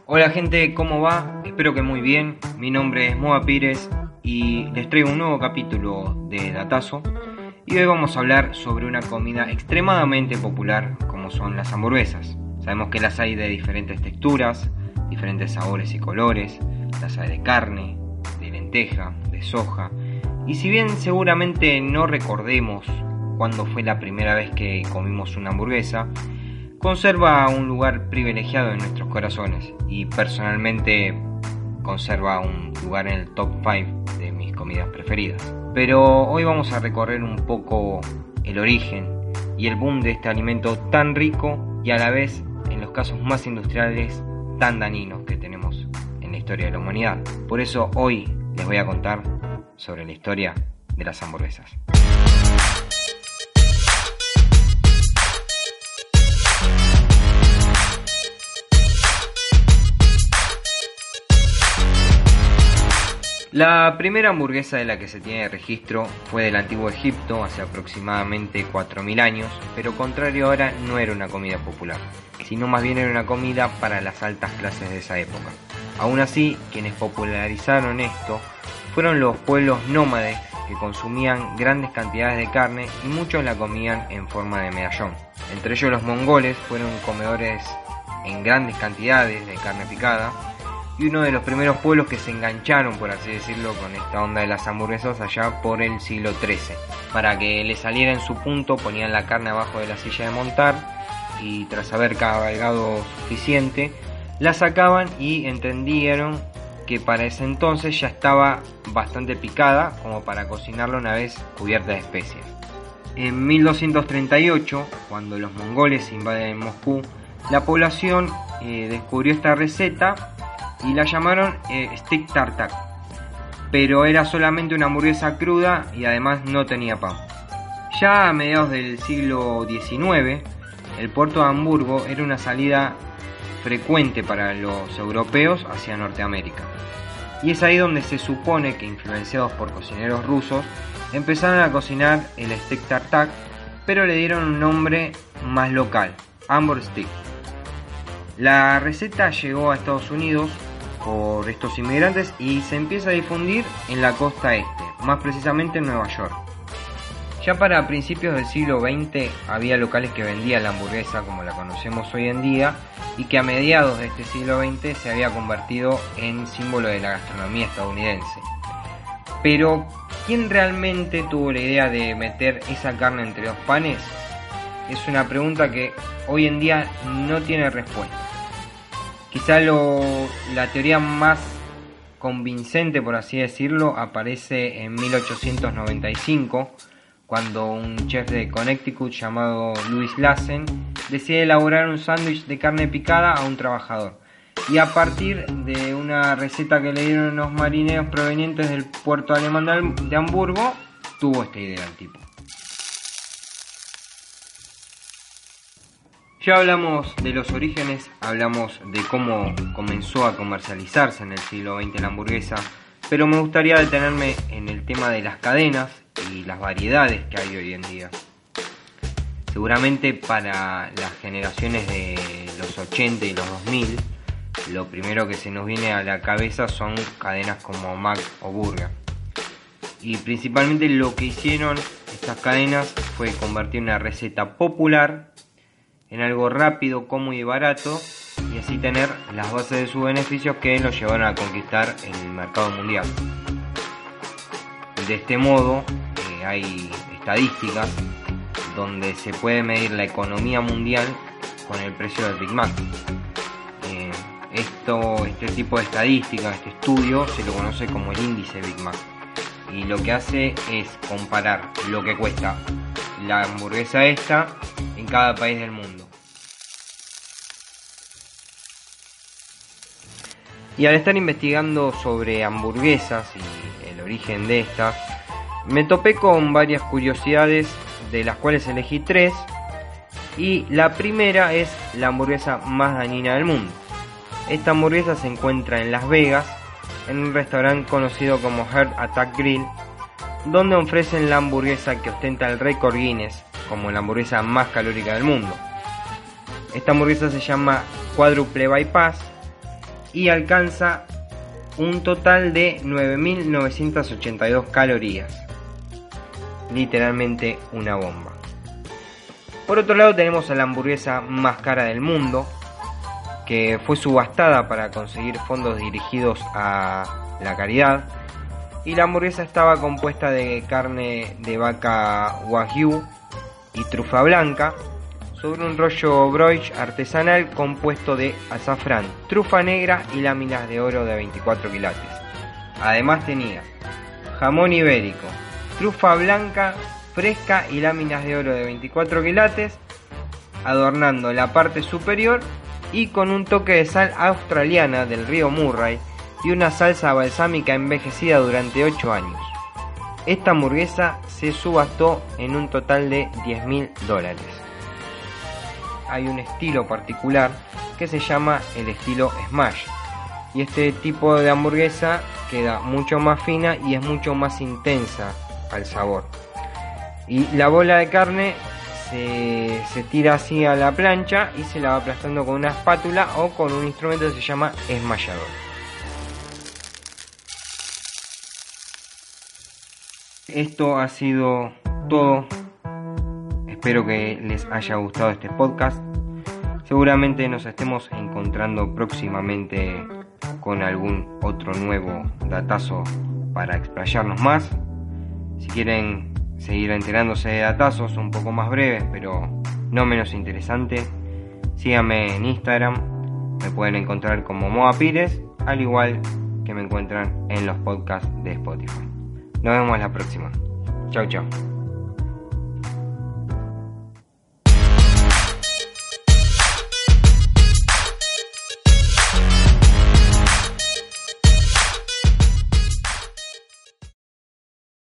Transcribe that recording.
Hola gente, ¿cómo va? Espero que muy bien. Mi nombre es Moa Pires y les traigo un nuevo capítulo de Datazo. Y hoy vamos a hablar sobre una comida extremadamente popular como son las hamburguesas. Sabemos que las hay de diferentes texturas, diferentes sabores y colores. Las hay de carne, de lenteja, de soja. Y si bien seguramente no recordemos cuándo fue la primera vez que comimos una hamburguesa, conserva un lugar privilegiado en nuestros corazones y personalmente conserva un lugar en el top 5 de mis comidas preferidas. Pero hoy vamos a recorrer un poco el origen y el boom de este alimento tan rico y a la vez, en los casos más industriales, tan dañinos que tenemos en la historia de la humanidad. Por eso hoy les voy a contar sobre la historia de las hamburguesas. La primera hamburguesa de la que se tiene registro fue del antiguo Egipto hace aproximadamente 4000 años, pero contrario ahora no era una comida popular, sino más bien era una comida para las altas clases de esa época. Aún así, quienes popularizaron esto fueron los pueblos nómades que consumían grandes cantidades de carne y muchos la comían en forma de medallón. Entre ellos los mongoles fueron comedores en grandes cantidades de carne picada, y uno de los primeros pueblos que se engancharon, por así decirlo, con esta onda de las hamburguesas allá por el siglo XIII. Para que le saliera en su punto, ponían la carne abajo de la silla de montar y tras haber cabalgado suficiente, la sacaban y entendieron que para ese entonces ya estaba bastante picada como para cocinarla una vez cubierta de especias. En 1238, cuando los mongoles invaden Moscú, la población descubrió esta receta y la llamaron stick tartak, pero era solamente una hamburguesa cruda y además no tenía pan. Ya a mediados del siglo XIX, el puerto de Hamburgo era una salida frecuente para los europeos hacia Norteamérica, y es ahí donde se supone que, influenciados por cocineros rusos, empezaron a cocinar el stick tartak, pero le dieron un nombre más local, Hamburg Stick. La receta llegó a Estados Unidos por estos inmigrantes y se empieza a difundir en la costa este, más precisamente en Nueva York. Ya para principios del siglo XX había locales que vendían la hamburguesa como la conocemos hoy en día y que a mediados de este siglo XX se había convertido en símbolo de la gastronomía estadounidense. Pero, ¿quién realmente tuvo la idea de meter esa carne entre dos panes? Es una pregunta que hoy en día no tiene respuesta. Quizá la teoría más convincente, por así decirlo, aparece en 1895, cuando un chef de Connecticut llamado Louis Lassen decide elaborar un sándwich de carne picada a un trabajador. Y a partir de una receta que le dieron unos marineros provenientes del puerto alemán de Hamburgo, tuvo esta idea el tipo. Ya hablamos de los orígenes, hablamos de cómo comenzó a comercializarse en el siglo XX la hamburguesa, pero me gustaría detenerme en el tema de las cadenas y las variedades que hay hoy en día. Seguramente para las generaciones de los 80 y los 2000, lo primero que se nos viene a la cabeza son cadenas como Mac o Burger. Y principalmente lo que hicieron estas cadenas fue convertir una receta popular en algo rápido, cómodo y barato, y así tener las bases de sus beneficios que los llevaron a conquistar el mercado mundial. De este modo, hay estadísticas donde se puede medir la economía mundial con el precio del Big Mac. Este tipo de estadística, este estudio, se lo conoce como el índice Big Mac, y lo que hace es comparar lo que cuesta la hamburguesa esta en cada país del mundo. Y al estar investigando sobre hamburguesas y el origen de estas, me topé con varias curiosidades, de las cuales elegí 3, y la primera es la hamburguesa más dañina del mundo. Esta hamburguesa se encuentra en Las Vegas, en un restaurante conocido como Heart Attack Grill, donde ofrecen la hamburguesa que ostenta el récord Guinness como la hamburguesa más calórica del mundo. Esta hamburguesa se llama Quadruple Bypass y alcanza un total de 9.982 calorías. Literalmente una bomba. Por otro lado tenemos a la hamburguesa más cara del mundo, que fue subastada para conseguir fondos dirigidos a la caridad, y la hamburguesa estaba compuesta de carne de vaca wagyu y trufa blanca sobre un rollo broche artesanal compuesto de azafrán, trufa negra y láminas de oro de 24 quilates. Además tenía jamón ibérico, trufa blanca fresca y láminas de oro de 24 quilates, adornando la parte superior y con un toque de sal australiana del río Murray y una salsa balsámica envejecida durante 8 años. Esta hamburguesa se subastó en un total de $10.000. Hay un estilo particular que se llama el estilo Smash, y este tipo de hamburguesa queda mucho más fina y es mucho más intensa al sabor. Y la bola de carne se tira así a la plancha y se la va aplastando con una espátula o con un instrumento que se llama esmallador. Esto ha sido todo. Espero que les haya gustado este podcast. Seguramente nos estemos encontrando próximamente con algún otro nuevo datazo para explayarnos más. Si quieren seguir enterándose de datazos un poco más breves pero no menos interesantes, síganme en Instagram. Me pueden encontrar como Moa Pires, al igual que me encuentran en los podcasts de Spotify. Nos vemos la próxima. Chau chau.